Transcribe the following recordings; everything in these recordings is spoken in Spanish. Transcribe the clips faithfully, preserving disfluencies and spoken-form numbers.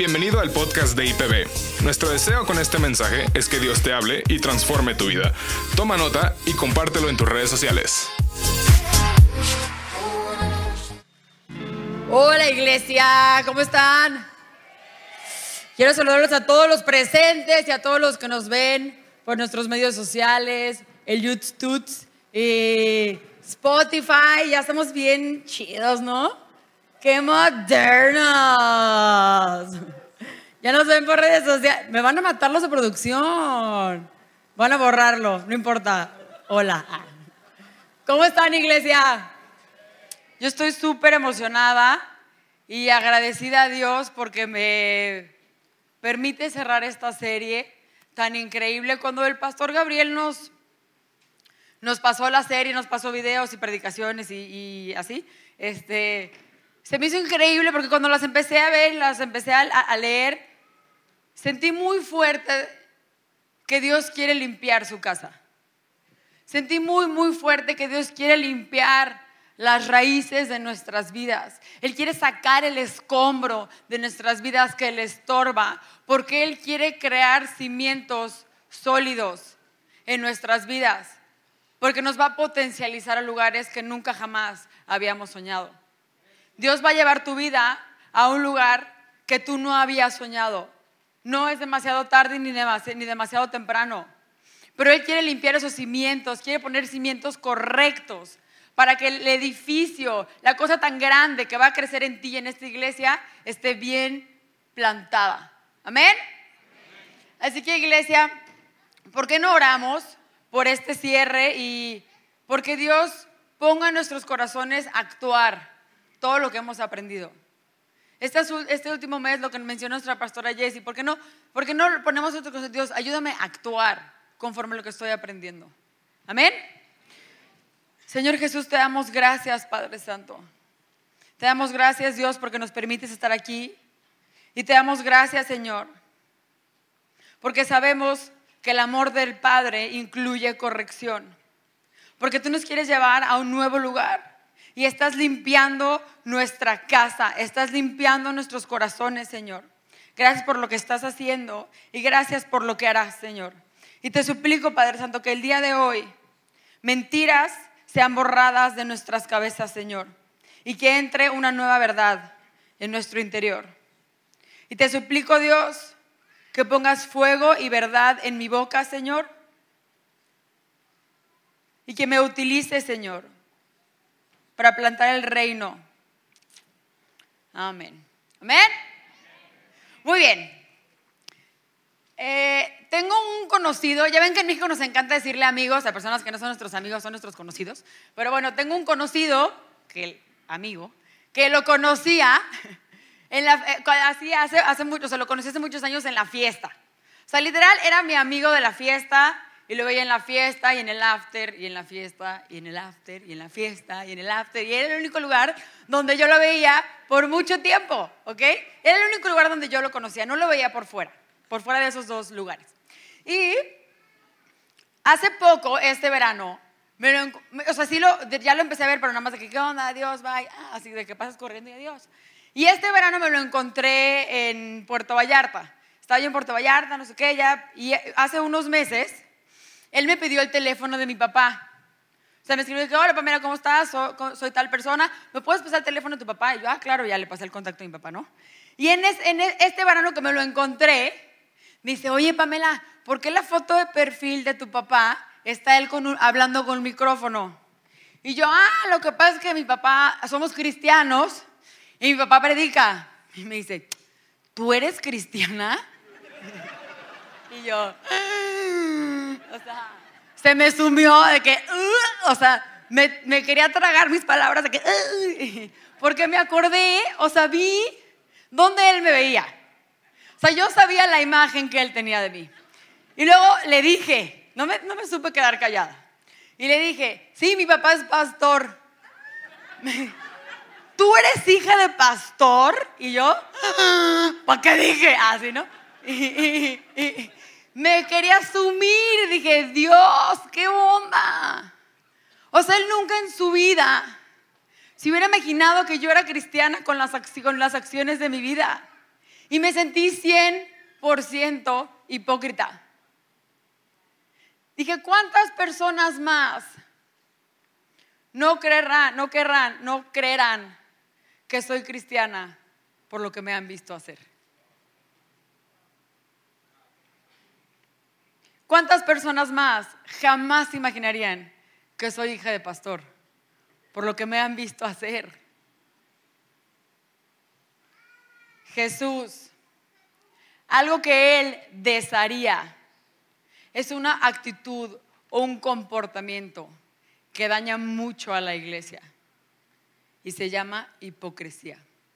Bienvenido al podcast de I P B. Nuestro deseo con este mensaje es que Dios te hable y transforme tu vida. Toma nota y compártelo en tus redes sociales. Hola iglesia, ¿cómo están? Quiero saludarlos a todos los presentes y a todos los que nos ven por nuestros medios sociales, el YouTube, eh, Spotify. Ya estamos bien chidos, ¿no? ¡Qué modernos! Ya nos ven por redes sociales. Me van a matar los de producción. Van a borrarlo, no importa. Hola. ¿Cómo están, iglesia? Yo estoy súper emocionada y agradecida a Dios porque me permite cerrar esta serie tan increíble. Cuando el pastor Gabriel nos, nos pasó la serie, nos pasó videos y predicaciones y, y así, este, se me hizo increíble porque cuando las empecé a ver, las empecé a, a leer, sentí muy fuerte que Dios quiere limpiar su casa. Sentí muy, muy fuerte que Dios quiere limpiar las raíces de nuestras vidas. Él quiere sacar el escombro de nuestras vidas que le estorba, porque Él quiere crear cimientos sólidos en nuestras vidas, porque nos va a potencializar a lugares que nunca jamás habíamos soñado. Dios va a llevar tu vida a un lugar que tú no habías soñado. No es demasiado tarde ni demasiado, ni demasiado temprano, pero Él quiere limpiar esos cimientos, quiere poner cimientos correctos para que el edificio, la cosa tan grande que va a crecer en ti y en esta iglesia, esté bien plantada. ¿Amén? Así que, iglesia, ¿por qué no oramos por este cierre y porque Dios ponga en nuestros corazones a actuar todo lo que hemos aprendido? Este, este último mes, lo que mencionó nuestra pastora Jessie, ¿por qué no, por qué no ponemos otro cosa? Dios, ayúdame a actuar conforme a lo que estoy aprendiendo. ¿Amén? Señor Jesús, te damos gracias, Padre Santo. Te damos gracias, Dios, porque nos permites estar aquí. Y te damos gracias, Señor, porque sabemos que el amor del Padre incluye corrección. Porque tú nos quieres llevar a un nuevo lugar. Y estás limpiando nuestra casa, estás limpiando nuestros corazones, Señor. Gracias por lo que estás haciendo y gracias por lo que harás, Señor. Y te suplico, Padre Santo, que el día de hoy mentiras sean borradas de nuestras cabezas, Señor, y que entre una nueva verdad en nuestro interior. Y te suplico, Dios, que pongas fuego y verdad en mi boca, Señor, y que me utilices, Señor, para plantar el reino. Amén. ¿Amén? Muy bien. Eh, tengo un conocido, ya ven que en México nos encanta decirle amigos a personas que no son nuestros amigos, son nuestros conocidos. Pero bueno, tengo un conocido, que, amigo, que lo conocía, en la, eh, así hace, hace mucho, o sea, lo conocí hace muchos años en la fiesta. O sea, literal era mi amigo de la fiesta. Y lo veía en la fiesta y en el after y en la fiesta y en el after y en la fiesta y en el after. Y era el único lugar donde yo lo veía por mucho tiempo, ¿ok? Era el único lugar donde yo lo conocía, no lo veía por fuera, por fuera de esos dos lugares. Y hace poco, este verano, me lo, o sea, sí lo, ya lo empecé a ver, pero nada más de que, ¿qué onda? Adiós, bye. Ah, así de que pasas corriendo y adiós. Y este verano me lo encontré en Puerto Vallarta. Estaba yo en Puerto Vallarta, no sé qué, ya, y hace unos meses él me pidió el teléfono de mi papá. O sea, me escribió y dije, hola Pamela, ¿cómo estás? Soy, soy tal persona. ¿Me puedes pasar el teléfono de tu papá? Y yo, ah, claro, ya le pasé el contacto de mi papá, ¿no? Y en, es, en este verano que me lo encontré, me dice, oye Pamela, ¿por qué la foto de perfil de tu papá está él con un, hablando con un micrófono? Y yo, ah, lo que pasa es que mi papá, somos cristianos y mi papá predica. Y me dice, ¿tú eres cristiana? Y yo, o sea, se me sumió de que, uh, o sea, me, me quería tragar mis palabras de que, uh, porque me acordé, o sea, vi dónde él me veía. O sea, yo sabía la imagen que él tenía de mí. Y luego le dije, no me, no me supe quedar callada. Y le dije, sí, mi papá es pastor. ¿Tú eres hija de pastor? Y yo, ¿para qué dije? Así, ¿no? Y, y, y, me quería sumir, dije, Dios, qué onda. O sea, él nunca en su vida se hubiera imaginado que yo era cristiana con las, con las acciones de mi vida. Y me sentí cien por ciento hipócrita. Dije, ¿cuántas personas más no creerán, no querrán, no creerán que soy cristiana por lo que me han visto hacer? ¿Cuántas personas más jamás imaginarían que soy hija de pastor por lo que me han visto hacer? Jesús, algo que Él desearía, es una actitud o un comportamiento que daña mucho a la iglesia y se llama hipocresía.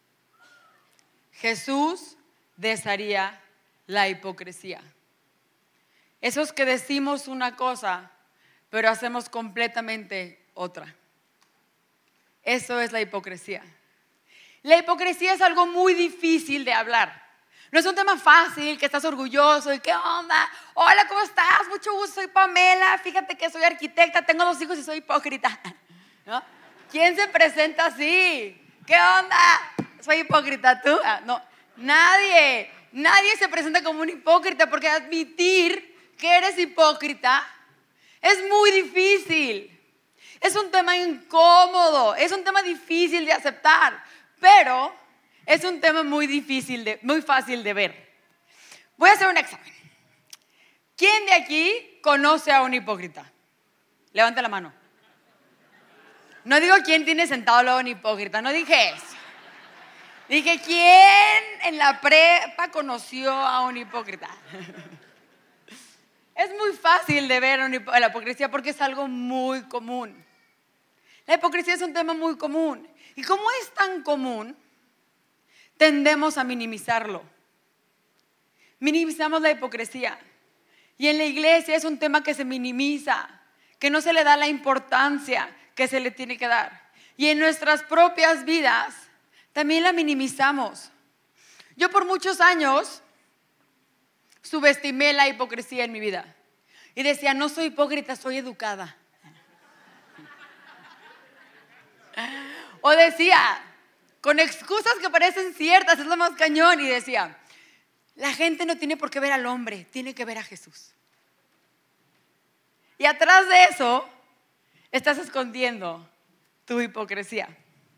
Jesús desearía la hipocresía. Esos que decimos una cosa, pero hacemos completamente otra. Eso es la hipocresía. La hipocresía es algo muy difícil de hablar. No es un tema fácil, que estás orgulloso y ¿qué onda? Hola, ¿cómo estás? Mucho gusto, soy Pamela. Fíjate que soy arquitecta, tengo dos hijos y soy hipócrita. ¿No? ¿Quién se presenta así? ¿Qué onda? ¿Soy hipócrita tú? Ah, no, nadie. Nadie se presenta como un hipócrita porque admitir que eres hipócrita es muy difícil. Es un tema incómodo, es un tema difícil de aceptar, pero es un tema muy difícil, de, muy fácil de ver. Voy a hacer un examen. ¿Quién de aquí conoce a un hipócrita? Levanta la mano. No digo quién tiene sentado al lado de un hipócrita, no dije eso. Dije, ¿quién en la prepa conoció a un hipócrita? Es muy fácil de ver la hipocresía porque es algo muy común. La hipocresía es un tema muy común. Y como es tan común, tendemos a minimizarlo. Minimizamos la hipocresía. Y en la iglesia es un tema que se minimiza, que no se le da la importancia que se le tiene que dar. Y en nuestras propias vidas también la minimizamos. Yo por muchos años subestimé la hipocresía en mi vida. Y decía, no soy hipócrita, soy educada. O decía, con excusas que parecen ciertas, es lo más cañón. Y decía, la gente no tiene por qué ver al hombre, tiene que ver a Jesús. Y atrás de eso, estás escondiendo tu hipocresía.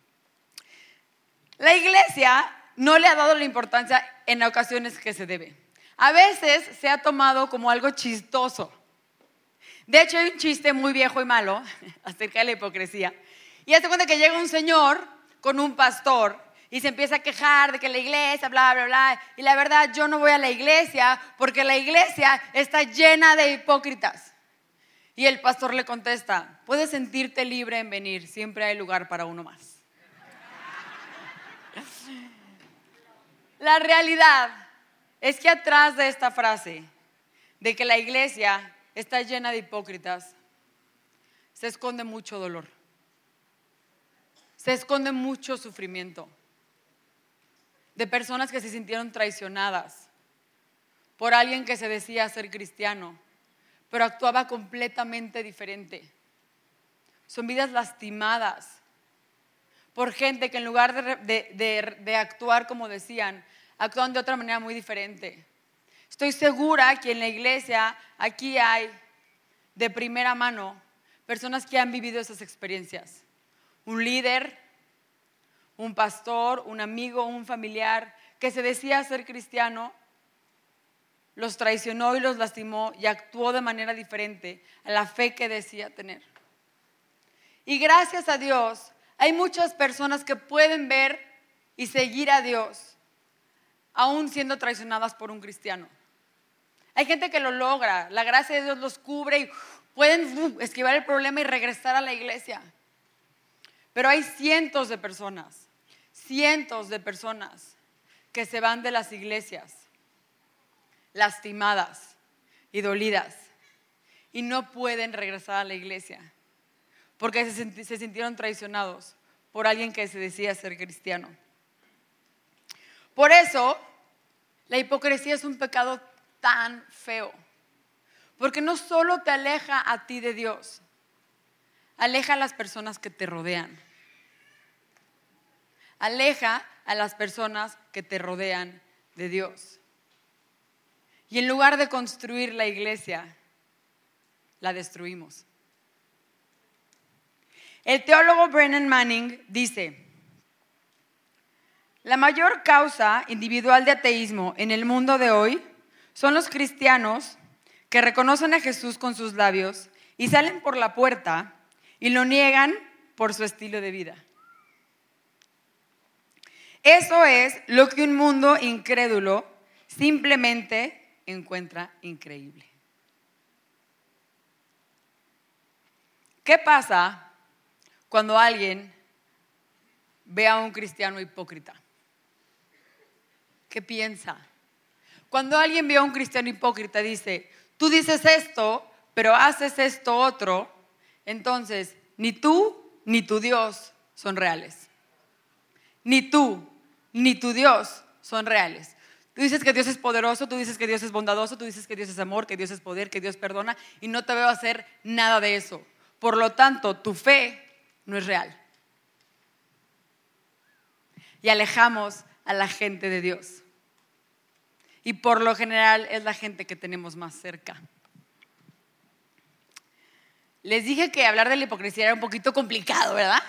La iglesia no le ha dado la importancia en ocasiones que se debe. A veces se ha tomado como algo chistoso. De hecho, hay un chiste muy viejo y malo acerca de la hipocresía. Y hace cuenta que llega un señor con un pastor y se empieza a quejar de que la iglesia, bla, bla, bla. Y la verdad, yo no voy a la iglesia porque la iglesia está llena de hipócritas. Y el pastor le contesta, puedes sentirte libre en venir, siempre hay lugar para uno más. La realidad es que atrás de esta frase, de que la iglesia está llena de hipócritas, se esconde mucho dolor. Se esconde mucho sufrimiento. De personas que se sintieron traicionadas por alguien que se decía ser cristiano, pero actuaba completamente diferente. Son vidas lastimadas por gente que en lugar de, de, de, de actuar como decían, actúan de otra manera muy diferente. Estoy segura que en la iglesia aquí hay de primera mano personas que han vivido esas experiencias. Un líder, un pastor, un amigo, un familiar que se decía ser cristiano, los traicionó y los lastimó y actuó de manera diferente a la fe que decía tener. Y gracias a Dios, hay muchas personas que pueden ver y seguir a Dios, aún siendo traicionadas por un cristiano. Hay gente que lo logra, la gracia de Dios los cubre y pueden uh, esquivar el problema y regresar a la iglesia. Pero hay cientos de personas, cientos de personas que se van de las iglesias lastimadas y dolidas y no pueden regresar a la iglesia porque se, senti- se sintieron traicionados por alguien que se decía ser cristiano. Por eso, la hipocresía es un pecado tan feo, porque no solo te aleja a ti de Dios, aleja a las personas que te rodean. Aleja a las personas que te rodean de Dios. Y en lugar de construir la iglesia, la destruimos. El teólogo Brennan Manning dice: la mayor causa individual de ateísmo en el mundo de hoy son los cristianos que reconocen a Jesús con sus labios y salen por la puerta y lo niegan por su estilo de vida. Eso es lo que un mundo incrédulo simplemente encuentra increíble. ¿Qué pasa cuando alguien ve a un cristiano hipócrita? ¿Qué piensa? Cuando alguien ve a un cristiano hipócrita, dice: tú dices esto, pero haces esto otro, entonces ni tú ni tu Dios son reales. Ni tú ni tu Dios son reales. Tú dices que Dios es poderoso, tú dices que Dios es bondadoso, tú dices que Dios es amor, que Dios es poder, que Dios perdona, y no te veo hacer nada de eso. Por lo tanto, tu fe no es real. Y alejamos a la gente de Dios. Y por lo general es la gente que tenemos más cerca. Les dije que hablar de la hipocresía era un poquito complicado, ¿verdad?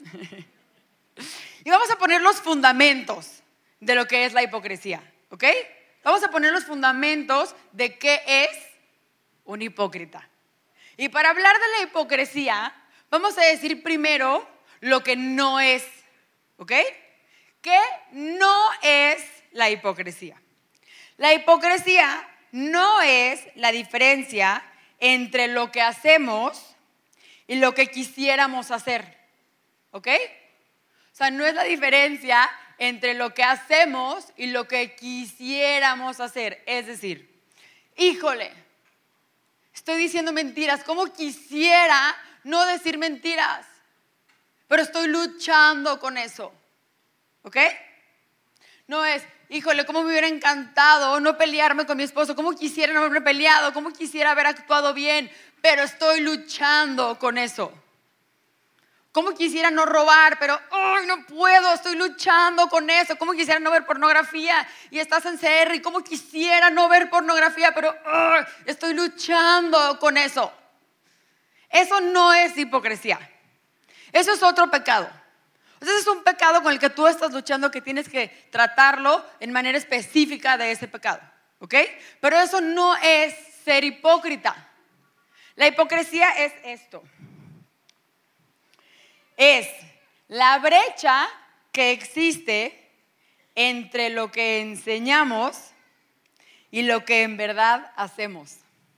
Y vamos a poner los fundamentos de lo que es la hipocresía, ¿ok? Vamos a poner los fundamentos de qué es un hipócrita. Y para hablar de la hipocresía, vamos a decir primero lo que no es, ¿ok? ¿Qué no es la hipocresía? La hipocresía no es la diferencia entre lo que hacemos y lo que quisiéramos hacer, ¿ok? O sea, no es la diferencia entre lo que hacemos y lo que quisiéramos hacer. Es decir, híjole, estoy diciendo mentiras. ¿Cómo quisiera no decir mentiras? Pero estoy luchando con eso, ¿ok? No es, híjole, cómo me hubiera encantado no pelearme con mi esposo. Cómo quisiera no haberme peleado. Cómo quisiera haber actuado bien. Pero estoy luchando con eso. Cómo quisiera no robar, pero ¡ay, no puedo! Estoy luchando con eso. Cómo quisiera no ver pornografía y estás en C R. Y cómo quisiera no ver pornografía, pero ¡ay, estoy luchando con eso! Eso no es hipocresía. Eso es otro pecado. Ese es un pecado con el que tú estás luchando, que tienes que tratarlo en manera específica de ese pecado, ¿ok? Pero eso no es ser hipócrita. La hipocresía es esto. Es la brecha que existe entre lo que enseñamos y lo que en verdad hacemos.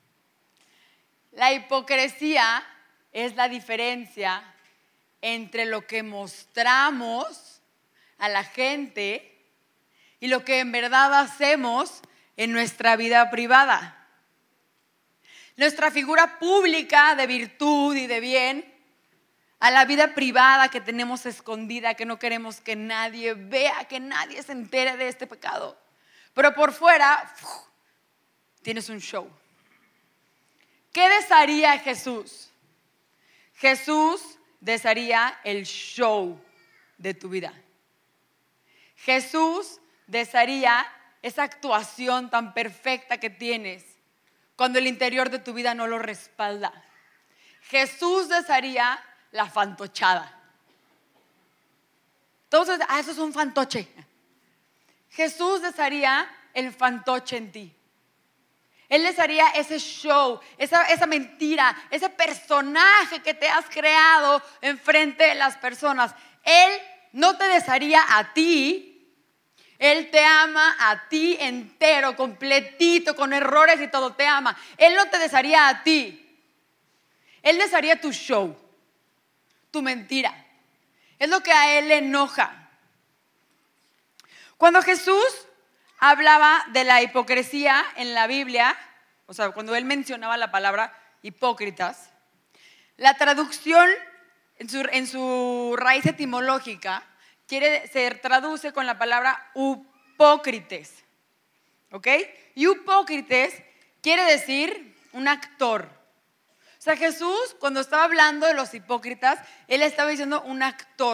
La hipocresía es la diferencia entre lo que mostramos a la gente y lo que en verdad hacemos en nuestra vida privada. Nuestra figura pública de virtud y de bien, a la vida privada que tenemos escondida, que no queremos que nadie vea, que nadie se entere de este pecado. Pero por fuera, ¡uf!, tienes un show. ¿Qué desearía Jesús? Jesús desearía el show de tu vida. Jesús desearía esa actuación tan perfecta que tienes cuando el interior de tu vida no lo respalda. Jesús desearía la fantochada. Entonces, ah, eso es un fantoche. Jesús desearía el fantoche en ti. Él desearía ese show, esa, esa mentira, ese personaje que te has creado enfrente de las personas. Él no te desearía a ti. Él te ama a ti entero, completito, con errores y todo, te ama. Él no te desearía a ti. Él desearía tu show, tu mentira. Es lo que a Él le enoja. Cuando Jesús hablaba de la hipocresía en la Biblia, o sea, cuando Él mencionaba la palabra hipócritas, la traducción en su, en su raíz etimológica quiere, se traduce con la palabra upócrites, ¿ok? Y upócrites quiere decir un actor. O sea, Jesús, cuando estaba hablando de los hipócritas, Él estaba diciendo un actor.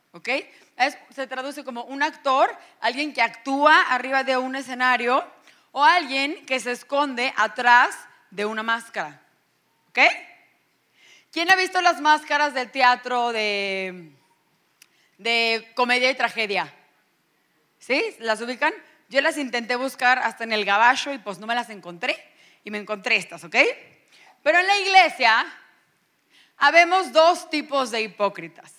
¿ok? Es, se traduce como un actor, alguien que actúa arriba de un escenario o alguien que se esconde atrás de una máscara, ¿ok? ¿Quién ha visto las máscaras del teatro de, de comedia y tragedia? ¿Sí? ¿Las ubican? Yo las intenté buscar hasta en el Gabacho y pues no me las encontré y me encontré estas, ¿ok? Pero en la iglesia habemos dos tipos de hipócritas.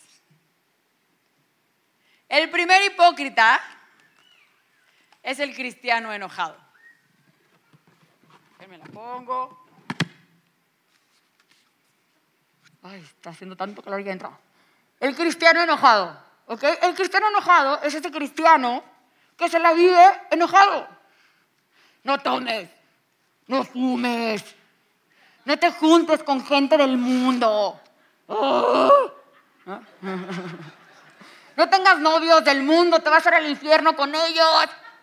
El primer hipócrita es el cristiano enojado. Me la pongo. Ay, está haciendo tanto calor que entra. El cristiano enojado, ¿ok? El cristiano enojado es ese cristiano que se la vive enojado. No tomes, no fumes, no te juntes con gente del mundo. Oh. ¿Ah? No tengas novios del mundo, te vas a ir al infierno con ellos.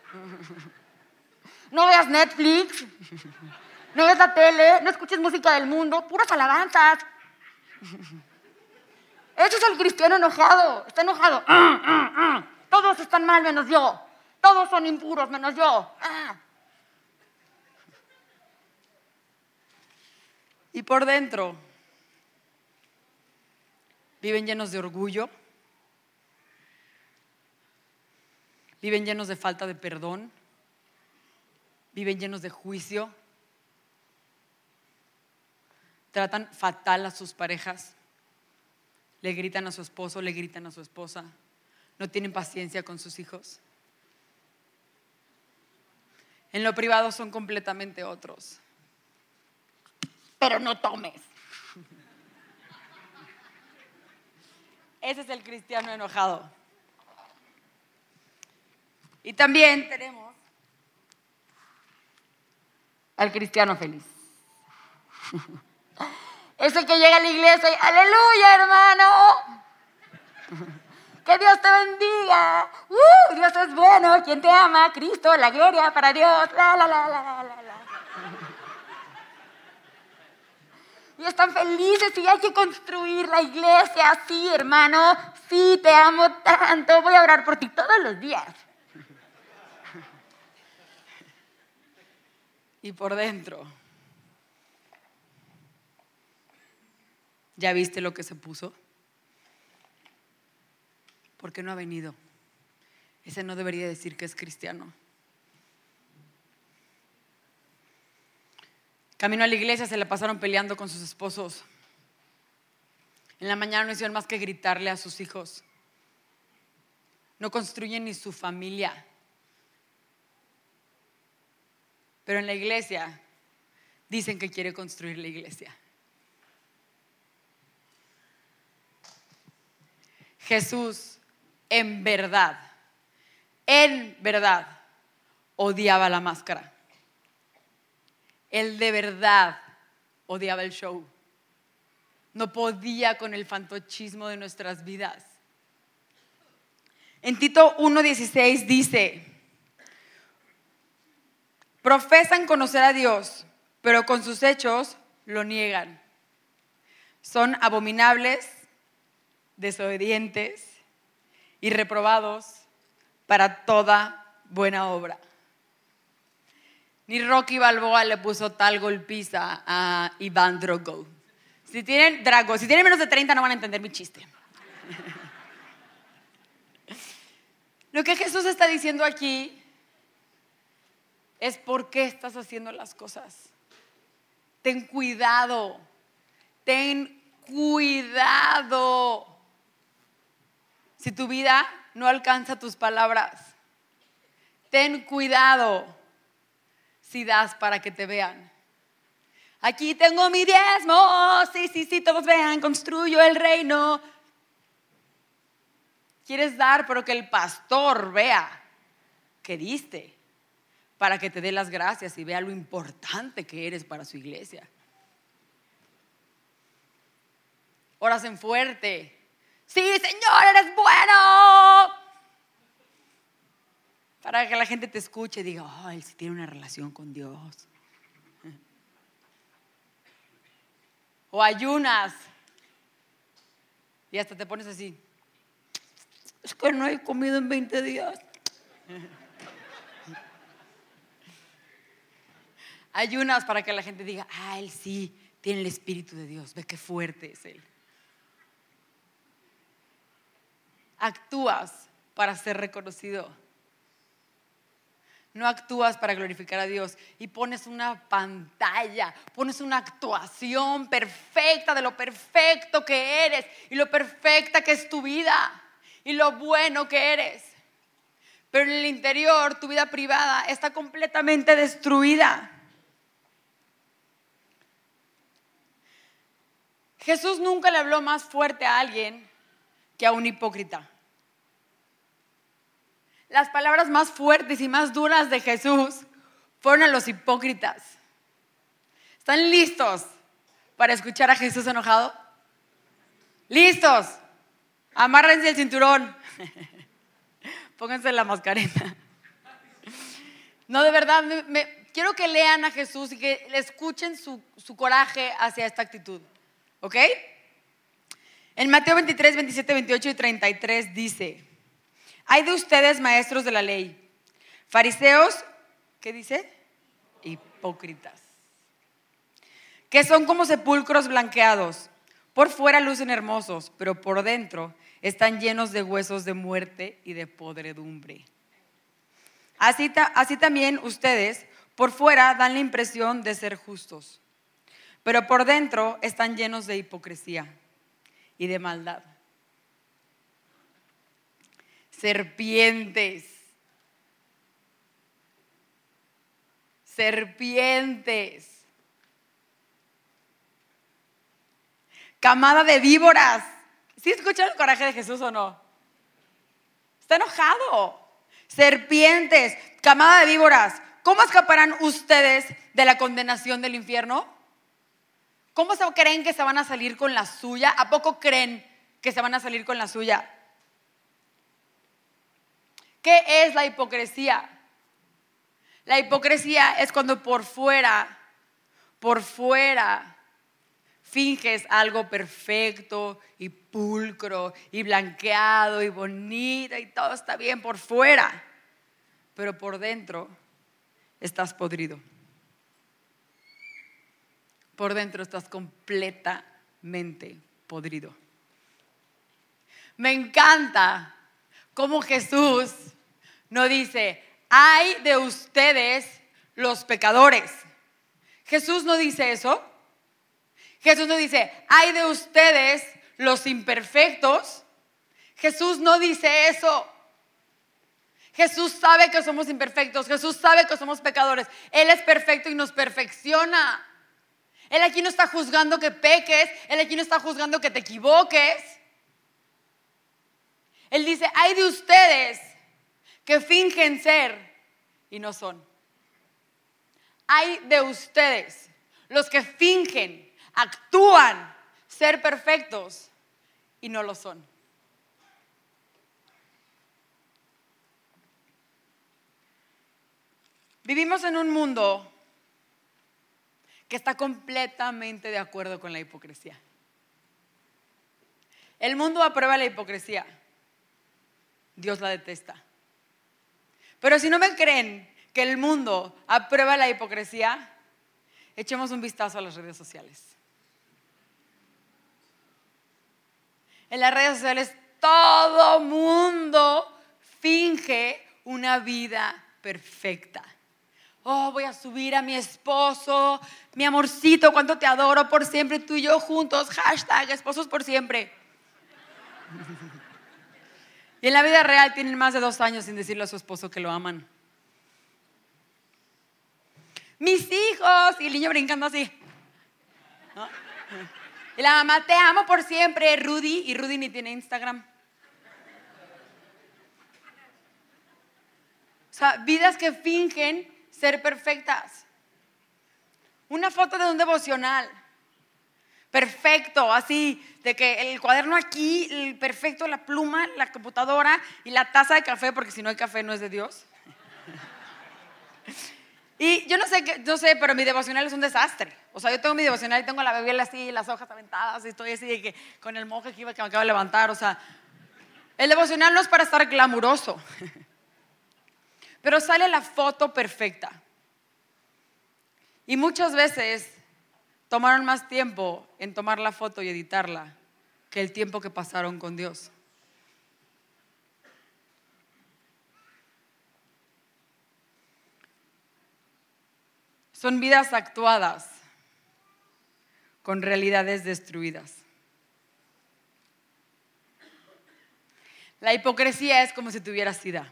No veas Netflix, no veas la tele, no escuches música del mundo, puras alabanzas. Ese es el cristiano enojado, está enojado. Ah, ah, ah. Todos están mal menos yo, todos son impuros menos yo. Ah. Y por dentro viven llenos de orgullo, viven llenos de falta de perdón, viven llenos de juicio, tratan fatal a sus parejas, le gritan a su esposo, le gritan a su esposa, no tienen paciencia con sus hijos. En lo privado son completamente otros. Pero no tomes. Ese es el cristiano enojado. Y también tenemos al cristiano feliz. Es el que llega a la iglesia y ¡aleluya, hermano! ¡Que Dios te bendiga! ¡Uh! Dios es bueno, ¿quién te ama? Cristo, la gloria para Dios. La, la, la, la, la, la. Y están felices y hay que construir la iglesia. Sí, hermano, sí, te amo tanto. Voy a orar por ti todos los días. Y por dentro, ¿ya viste lo que se puso? ¿Por qué no ha venido? Ese no debería decir que es cristiano. Camino a la iglesia se le pasaron peleando con sus esposos. En la mañana no hicieron más que gritarle a sus hijos. No construyen ni su familia. Pero en la iglesia dicen que quiere construir la iglesia. Jesús, en verdad, en verdad, odiaba la máscara. Él de verdad odiaba el show. No podía con el fantochismo de nuestras vidas. En Tito uno dieciséis dice: profesan conocer a Dios, pero con sus hechos lo niegan. Son abominables, desobedientes y reprobados para toda buena obra. Ni Rocky Balboa le puso tal golpiza a Iván Drago. Si tienen, Drago, si tienen menos de treinta no van a entender mi chiste. Lo que Jesús está diciendo aquí es por qué estás haciendo las cosas. Ten cuidado, ten cuidado. Si tu vida no alcanza tus palabras, ten cuidado si das para que te vean. Aquí tengo mi diezmo, sí, sí, sí, todos vean, construyo el reino. Quieres dar, pero que el pastor vea que diste, para que te dé las gracias y vea lo importante que eres para su iglesia. Oración fuerte. Sí, Señor, eres bueno. Para que la gente te escuche y diga, ay, si tiene una relación con Dios. O ayunas y hasta te pones así. Es que no he comido en veinte días. Ayunas para que la gente diga, ah, él sí tiene el Espíritu de Dios, ve qué fuerte es él. Actúas para ser reconocido. No actúas para glorificar a Dios y pones una pantalla, pones una actuación perfecta de lo perfecto que eres y lo perfecta que es tu vida y lo bueno que eres. Pero en el interior, tu vida privada está completamente destruida. Jesús nunca le habló más fuerte a alguien que a un hipócrita. Las palabras más fuertes y más duras de Jesús fueron a los hipócritas. ¿Están listos para escuchar a Jesús enojado? ¿Listos? Amárrense el cinturón. Pónganse la mascareta. No, de verdad, me, me, quiero que lean a Jesús y que le escuchen su, su coraje hacia esta actitud. ¿Ok? En Mateo veintitrés, veintisiete, veintiocho y treinta y tres dice: hay de ustedes, maestros de la ley, fariseos, ¿qué dice? Hipócritas, que son como sepulcros blanqueados. Por fuera lucen hermosos, pero por dentro están llenos de huesos de muerte y de podredumbre. Así, ta, así también ustedes, por fuera dan la impresión de ser justos, pero por dentro están llenos de hipocresía y de maldad. Serpientes, serpientes, camada de víboras. ¿Sí escuchan el coraje de Jesús o no? Está enojado. Serpientes, camada de víboras, ¿cómo escaparán ustedes de la condenación del infierno? ¿Cómo se creen que se van a salir con la suya? ¿A poco creen que se van a salir con la suya? ¿Qué es la hipocresía? La hipocresía es cuando por fuera, por fuera, finges algo perfecto y pulcro y blanqueado y bonito y todo está bien por fuera, pero por dentro estás podrido. Por dentro estás completamente podrido. Me encanta cómo Jesús no dice, ay de ustedes los pecadores. Jesús no dice eso. Jesús no dice, ay de ustedes los imperfectos. Jesús no dice eso. Jesús sabe que somos imperfectos. Jesús sabe que somos pecadores. Él es perfecto y nos perfecciona. Él aquí no está juzgando que peques. Él aquí no está juzgando que te equivoques. Él dice, ay de ustedes que fingen ser y no son. Ay de ustedes, los que fingen, actúan ser perfectos y no lo son. Vivimos en un mundo que está completamente de acuerdo con la hipocresía. El mundo aprueba la hipocresía. Dios la detesta. Pero si no me creen que el mundo aprueba la hipocresía, echemos un vistazo a las redes sociales. En las redes sociales todo mundo finge una vida perfecta. Oh, voy a subir a mi esposo, mi amorcito, cuánto te adoro por siempre, tú y yo juntos, hashtag esposos por siempre. Y en la vida real tienen más de dos años sin decirle a su esposo que lo aman. Mis hijos, y el niño brincando así, ¿no? Y la mamá, te amo por siempre, Rudy, y Rudy ni tiene Instagram. O sea, vidas que fingen ser perfectas. Una foto de un devocional perfecto, así, de que el cuaderno aquí, el perfecto, la pluma, la computadora y la taza de café, porque si no hay café no es de Dios. Y yo no sé, qué, no sé, pero mi devocional es un desastre. O sea, yo tengo mi devocional y tengo la Biblia así, las hojas aventadas y estoy así de que con el monje que, iba, que me acaba de levantar, o sea, El devocional no es para estar glamuroso, pero sale la foto perfecta. Y muchas veces tomaron más tiempo en tomar la foto y editarla que el tiempo que pasaron con Dios. Son vidas actuadas con realidades destruidas. La hipocresía es como si tuvieras sida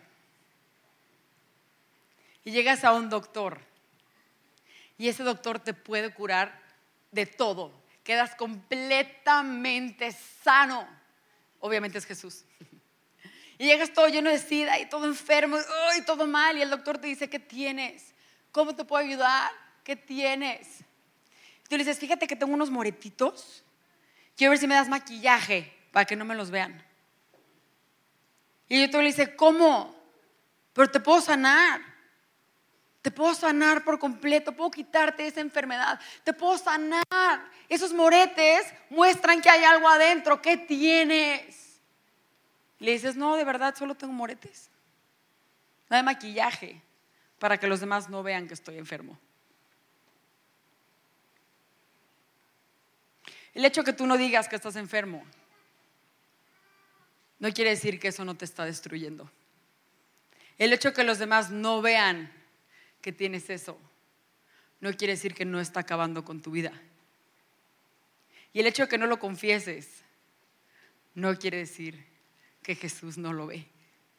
y llegas a un doctor y ese doctor te puede curar de todo. Quedas completamente sano. Obviamente es Jesús. Y llegas todo lleno de sida y todo enfermo y todo mal y el doctor te dice, ¿qué tienes? ¿Cómo te puedo ayudar? ¿Qué tienes? Y tú le dices, fíjate que tengo unos moretitos. Quiero ver si me das maquillaje para que no me los vean. Y el doctor le dice, ¿cómo? Pero te puedo sanar. Te puedo sanar por completo. Puedo quitarte esa enfermedad. Te puedo sanar. Esos moretes muestran que hay algo adentro. ¿Qué tienes? Y le dices, no, de verdad, solo tengo moretes. Dame maquillaje para que los demás no vean que estoy enfermo. El hecho que tú no digas que estás enfermo no quiere decir que eso no te está destruyendo. El hecho que los demás no vean que tienes eso no quiere decir que no está acabando con tu vida. Y el hecho de que no lo confieses no quiere decir que Jesús no lo ve.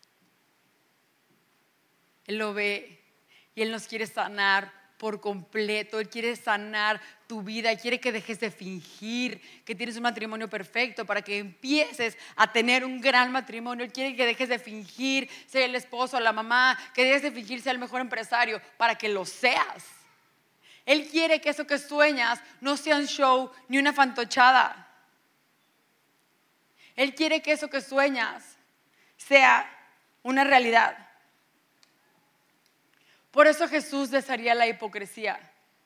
Él lo ve y Él nos quiere sanar por completo. Él quiere sanar tu vida, quiere que dejes de fingir que tienes un matrimonio perfecto para que empieces a tener un gran matrimonio. Él quiere que dejes de fingir ser el esposo, la mamá, que dejes de fingir ser el mejor empresario para que lo seas. Él quiere que eso que sueñas no sea un show ni una fantochada. Él quiere que eso que sueñas sea una realidad. Por eso Jesús desharía la hipocresía.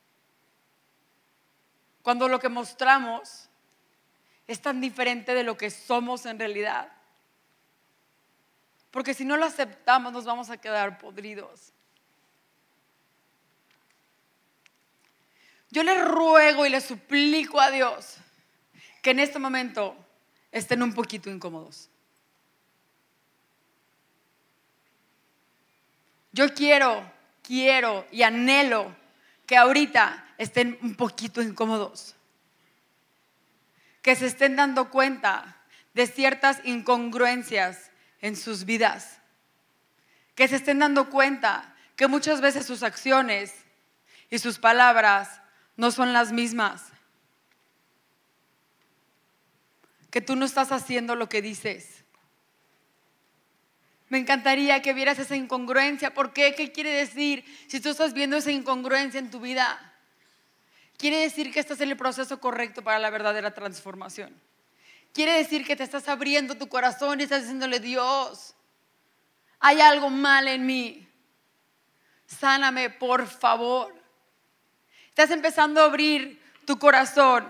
Cuando lo que mostramos es tan diferente de lo que somos en realidad. Porque si no lo aceptamos nos vamos a quedar podridos. Yo le ruego y le suplico a Dios que en este momento estén un poquito incómodos. Yo quiero... Quiero y anhelo que ahorita estén un poquito incómodos, que se estén dando cuenta de ciertas incongruencias en sus vidas, que se estén dando cuenta que muchas veces sus acciones y sus palabras no son las mismas, que tú no estás haciendo lo que dices. Me encantaría que vieras esa incongruencia. ¿Por qué? ¿Qué quiere decir? Si tú estás viendo esa incongruencia en tu vida, quiere decir que estás en el proceso correcto para la verdadera transformación. Quiere decir que te estás abriendo tu corazón y estás diciéndole, Dios, hay algo mal en mí. Sáname, por favor. Estás empezando a abrir tu corazón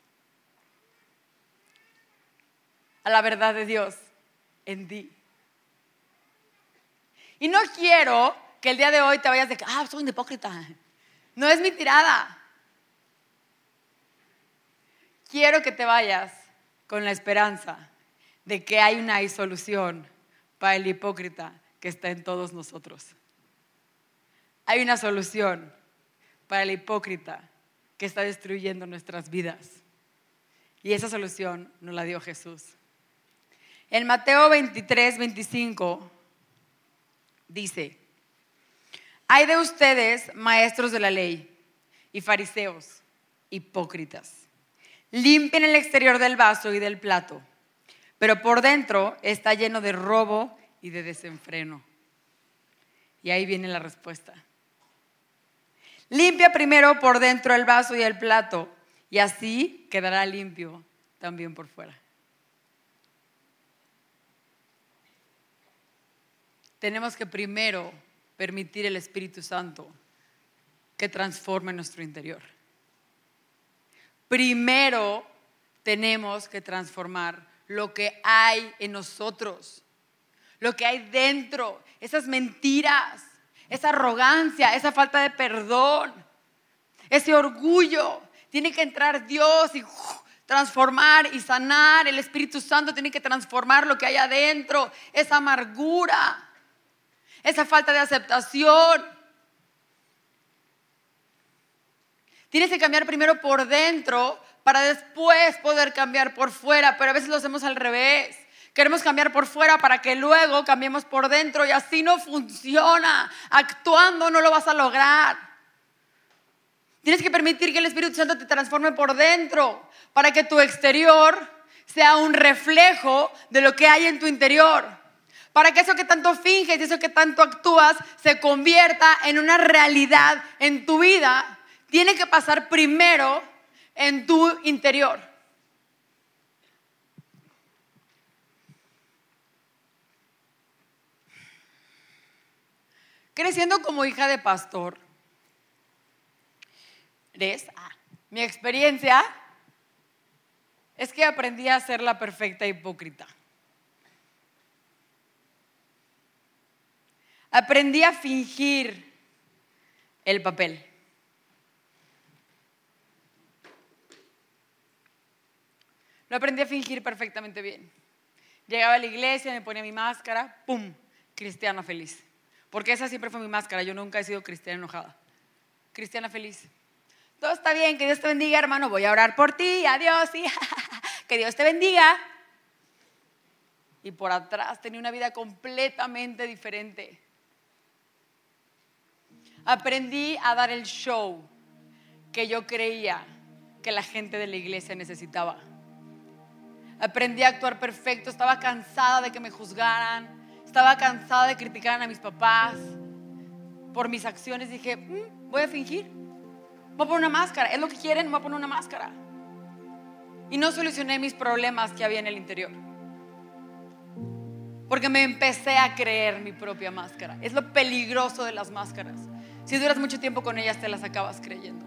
a la verdad de Dios en ti. Y no quiero que el día de hoy te vayas de que, ah, soy un hipócrita. No es mi tirada. Quiero que te vayas con la esperanza de que hay una solución para el hipócrita que está en todos nosotros. Hay una solución para el hipócrita que está destruyendo nuestras vidas. Y esa solución nos la dio Jesús. En Mateo veintitrés, veinticinco dice, hay de ustedes, maestros de la ley y fariseos, hipócritas. Limpien el exterior del vaso y del plato, pero por dentro está lleno de robo y de desenfreno. Y ahí viene la respuesta. Limpia primero por dentro el vaso y el plato, y así quedará limpio también por fuera. Tenemos que primero permitir el Espíritu Santo que transforme nuestro interior. Primero tenemos que transformar lo que hay en nosotros, lo que hay dentro, esas mentiras, esa arrogancia, esa falta de perdón, ese orgullo. Tiene que entrar Dios y ¡uf! Transformar y sanar. El Espíritu Santo tiene que transformar lo que hay adentro, esa amargura, esa falta de aceptación. Tienes que cambiar primero por dentro para después poder cambiar por fuera, pero a veces lo hacemos al revés. Queremos cambiar por fuera para que luego cambiemos por dentro y así no funciona. Actuando no lo vas a lograr. Tienes que permitir que el Espíritu Santo te transforme por dentro para que tu exterior sea un reflejo de lo que hay en tu interior. Para que eso que tanto finges y eso que tanto actúas se convierta en una realidad en tu vida, tiene que pasar primero en tu interior. Creciendo como hija de pastor, ¿ves? Ah, mi experiencia es que aprendí a ser la perfecta hipócrita. Aprendí a fingir el papel. Lo aprendí a fingir perfectamente bien. Llegaba a la iglesia, me ponía mi máscara, ¡pum! Cristiana feliz. Porque esa siempre fue mi máscara, yo nunca he sido cristiana enojada. Cristiana feliz. Todo está bien, que Dios te bendiga, hermano, voy a orar por ti, adiós, sí, que Dios te bendiga. Y por atrás tenía una vida completamente diferente. Aprendí a dar el show que yo creía que la gente de la iglesia necesitaba. Aprendí a actuar perfecto, estaba cansada de que me juzgaran, estaba cansada de criticar a mis papás por mis acciones. Dije, mmm, voy a fingir, voy a poner una máscara, es lo que quieren, voy a poner una máscara. Y no solucioné mis problemas que había en el interior, porque me empecé a creer mi propia máscara. Es lo peligroso de las máscaras. Si duras mucho tiempo con ellas, te las acabas creyendo.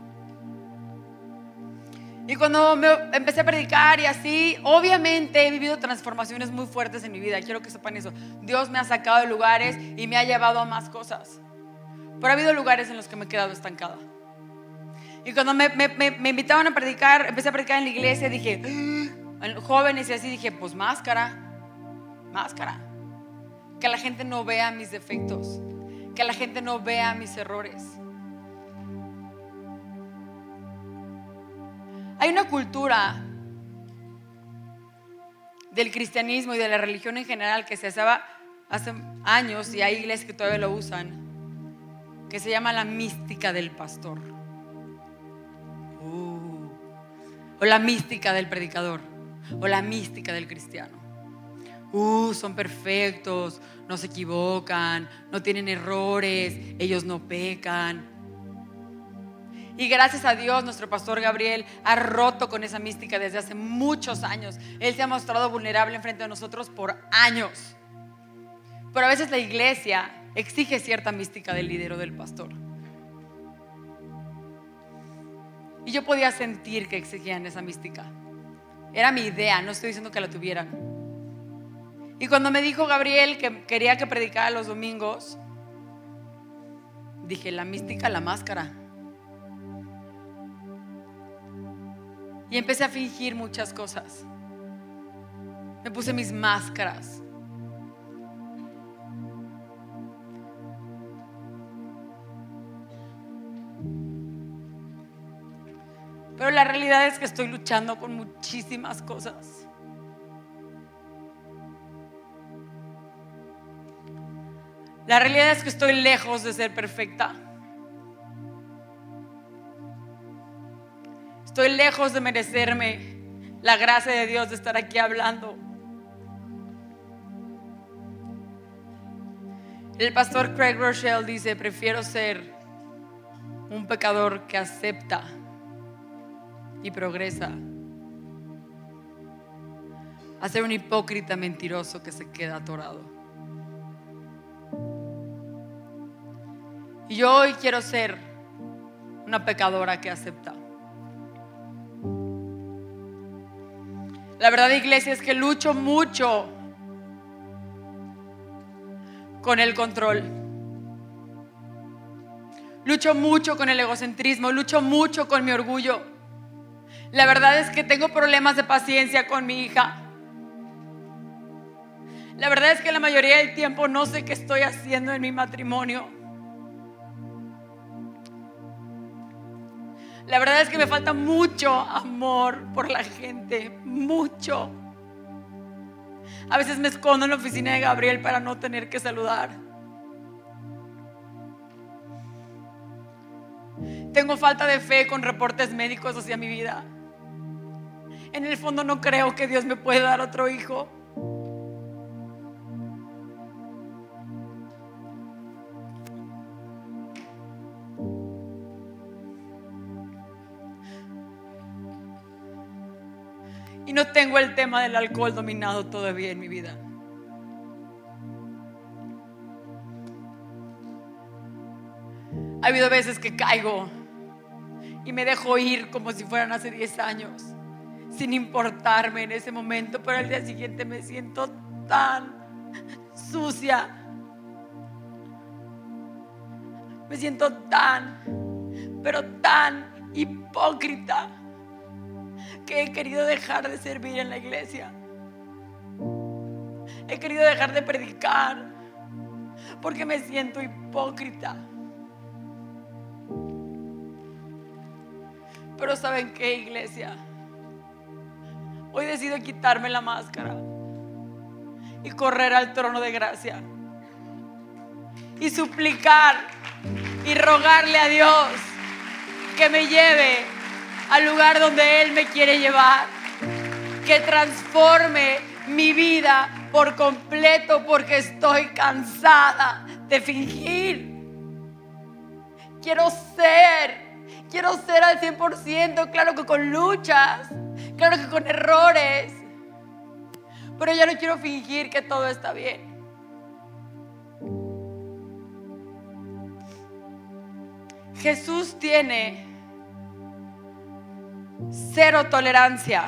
Y cuando me empecé a predicar y así, obviamente he vivido transformaciones muy fuertes en mi vida. Quiero que sepan eso. Dios me ha sacado de lugares y me ha llevado a más cosas. Pero ha habido lugares en los que me he quedado estancada. Y cuando me, me, me, me invitaban a predicar, empecé a predicar en la iglesia, dije, ¡ah! Jóvenes y así, dije, pues máscara, máscara. Que la gente no vea mis defectos, que la gente no vea mis errores. Hay una cultura del cristianismo y de la religión en general que se hacía hace años, y hay iglesias que todavía lo usan, que se llama la mística del pastor, uh, o la mística del predicador, o la mística del cristiano. Uh, son perfectos, no se equivocan, no tienen errores, ellos no pecan. Y gracias a Dios, nuestro pastor Gabriel ha roto con esa mística desde hace muchos años. Él se ha mostrado vulnerable enfrente de nosotros por años. Pero a veces la iglesia exige cierta mística del líder o del pastor. Y yo podía sentir que exigían esa mística. Era mi idea, no estoy diciendo que la tuvieran. Y cuando me dijo Gabriel que quería que predicara los domingos, dije, la mística, la máscara. Y empecé a fingir muchas cosas. Me puse mis máscaras. Pero la realidad es que estoy luchando con muchísimas cosas. La realidad es que estoy lejos de ser perfecta. Estoy lejos de merecerme la gracia de Dios de estar aquí hablando. El pastor Craig Rochelle dice, prefiero ser un pecador que acepta y progresa a ser un hipócrita mentiroso que se queda atorado. Y yo hoy quiero ser una pecadora que acepta. La verdad, iglesia, es que lucho mucho con el control. Lucho mucho con el egocentrismo, lucho mucho con mi orgullo. La verdad es que tengo problemas de paciencia con mi hija. La verdad es que la mayoría del tiempo no sé qué estoy haciendo en mi matrimonio. La verdad es que me falta mucho amor por la gente, mucho. A veces me escondo en la oficina de Gabriel para no tener que saludar. Tengo falta de fe con reportes médicos hacia mi vida. En el fondo no creo que Dios me pueda dar otro hijo. Y no tengo el tema del alcohol dominado todavía en mi vida. Ha habido veces que caigo y me dejo ir como si fueran hace diez años, sin importarme en ese momento, pero al día siguiente me siento tan sucia. Me siento tan, pero tan hipócrita que he querido dejar de servir en la iglesia. He querido dejar de predicar porque me siento hipócrita. Pero ¿saben qué, iglesia? Hoy decido quitarme la máscara y correr al trono de gracia y suplicar y rogarle a Dios que me lleve al lugar donde Él me quiere llevar, que transforme mi vida por completo, porque estoy cansada de fingir. Quiero ser, quiero ser al cien por ciento, claro que con luchas, claro que con errores, pero ya no quiero fingir que todo está bien. Jesús tiene cero tolerancia,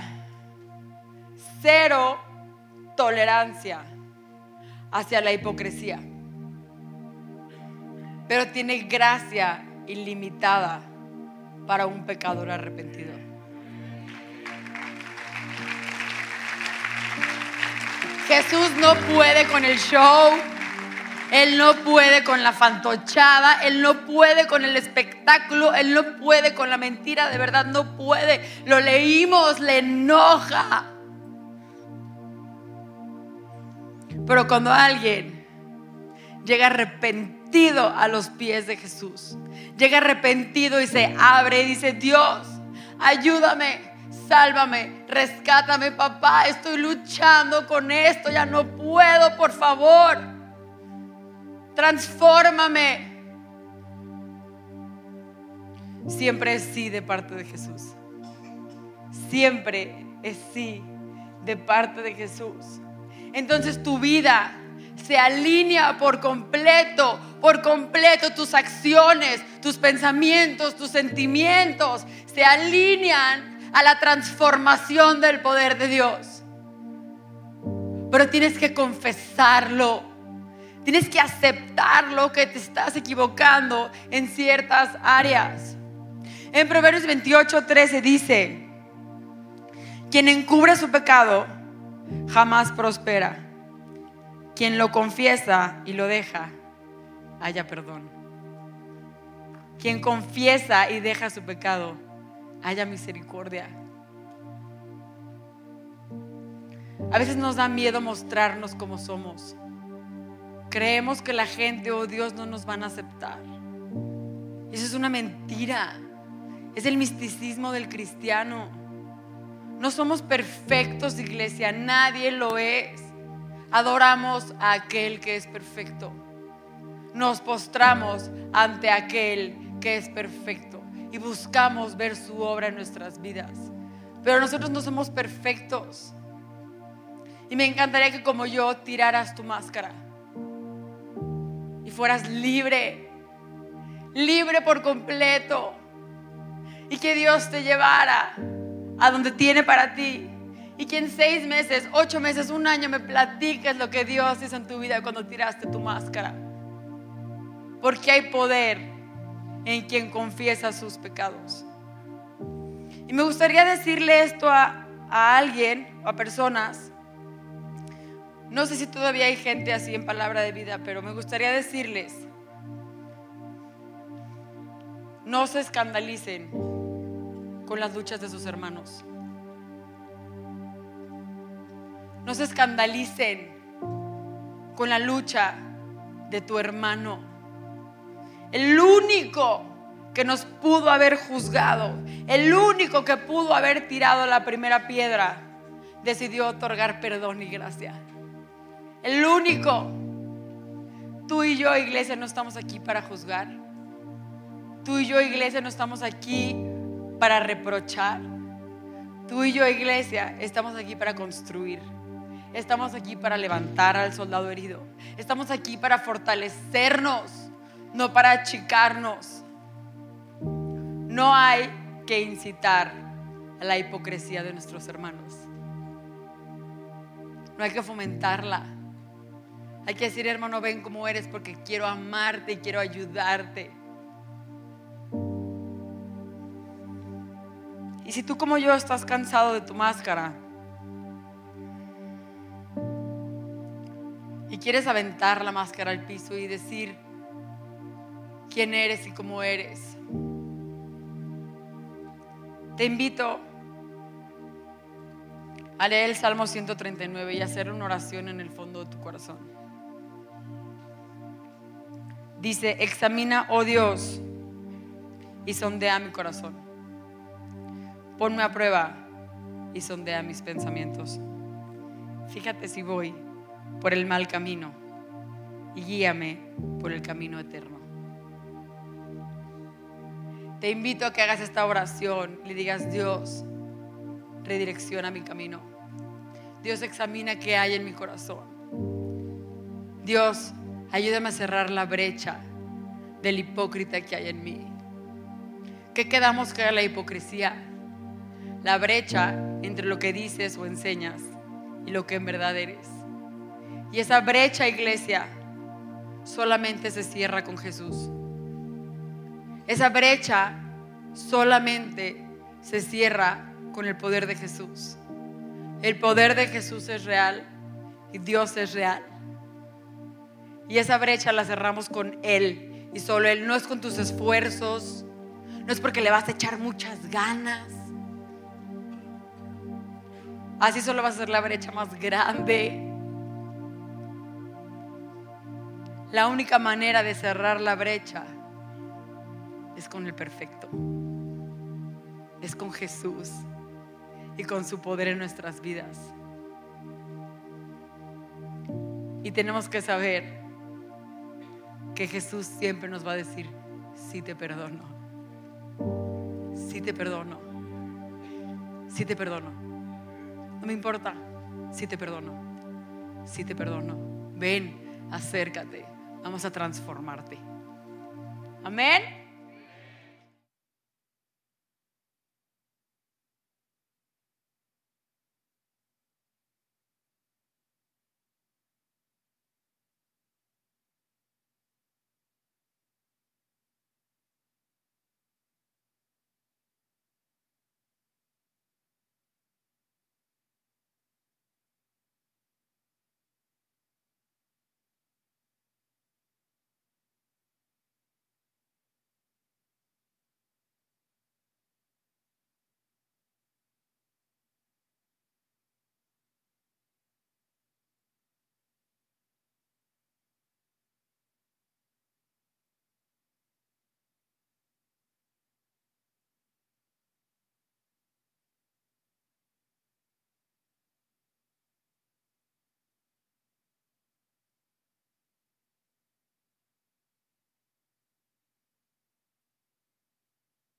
cero tolerancia hacia la hipocresía, pero tiene gracia ilimitada para un pecador arrepentido. Jesús no puede con el show, Él no puede con la fantochada, Él no puede con el espectáculo, Él no puede con la mentira, de verdad no puede. Lo leímos, le enoja. Pero cuando alguien llega arrepentido a los pies de Jesús, llega arrepentido y se abre y dice: Dios, ayúdame, sálvame, rescátame, papá, estoy luchando con esto, ya no puedo, por favor, transfórmame. Siempre es sí de parte de Jesús. Siempre es sí de parte de Jesús. Entonces tu vida se alinea por completo, por completo. Tus acciones, tus pensamientos, tus sentimientos se alinean a la transformación del poder de Dios. Pero tienes que confesarlo. Tienes que aceptarlo, que te estás equivocando en ciertas áreas. En Proverbios veintiocho, trece dice: quien encubre su pecado jamás prospera. Quien lo confiesa y lo deja, halla perdón. Quien confiesa y deja su pecado, haya misericordia. A veces nos da miedo mostrarnos como somos. Creemos que la gente o Dios no nos van a aceptar. Eso es una mentira. Es el misticismo del cristiano. No somos perfectos, iglesia. Nadie lo es. Adoramos a aquel que es perfecto. Nos postramos ante aquel que es perfecto y buscamos ver su obra en nuestras vidas. Pero nosotros no somos perfectos. Y me encantaría que, como yo, tiraras tu máscara y fueras libre, libre por completo, y que Dios te llevara a donde tiene para ti Y que en seis meses, ocho meses, un año me platiques lo que Dios hizo en tu vida cuando tiraste tu máscara. Porque hay poder en quien confiesa sus pecados. Y me gustaría decirle esto a, a alguien o a personas. No sé si todavía hay gente así en Palabra de Vida, pero me gustaría decirles: no se escandalicen con las luchas de sus hermanos. No se escandalicen con la lucha de tu hermano. El único que nos pudo haber juzgado, el único que pudo haber tirado la primera piedra, decidió otorgar perdón y gracia. El único. Tú y yo, iglesia, no estamos aquí para juzgar. Tú y yo, iglesia, no estamos aquí para reprochar. Tú y yo, iglesia, estamos aquí para construir. Estamos aquí para levantar al soldado herido. Estamos aquí para fortalecernos, no para achicarnos. No hay que incitar a la hipocresía de nuestros hermanos. No hay que fomentarla. Hay que decir: hermano, ven como eres, porque quiero amarte y quiero ayudarte. Y si tú, como yo, estás cansado de tu máscara y quieres aventar la máscara al piso y decir quién eres y cómo eres, te invito a leer el Salmo ciento treinta y nueve y hacer una oración en el fondo de tu corazón. Dice: examina, oh Dios, y sondea mi corazón. Ponme a prueba y sondea mis pensamientos. Fíjate si voy por el mal camino y guíame por el camino eterno. Te invito a que hagas esta oración y le digas: Dios, redirecciona mi camino. Dios, examina qué hay en mi corazón. Dios, ayúdame a cerrar la brecha del hipócrita que hay en mí. ¿Qué quedamos que era la hipocresía? La brecha entre lo que dices o enseñas y lo que en verdad eres. Y esa brecha, iglesia, solamente se cierra con Jesús. Esa brecha solamente se cierra con el poder de Jesús. El poder de Jesús es real y Dios es real. Y esa brecha la cerramos con Él y solo Él. No es con tus esfuerzos, no es porque le vas a echar muchas ganas. Así solo vas a hacer la brecha más grande. La única manera de cerrar la brecha es con el perfecto. Es con Jesús y con su poder en nuestras vidas. Y tenemos que saber que Jesús siempre nos va a decir: sí te perdono, sí te perdono, sí te perdono. No me importa, sí te perdono, sí te perdono. Ven, acércate, vamos a transformarte. Amén.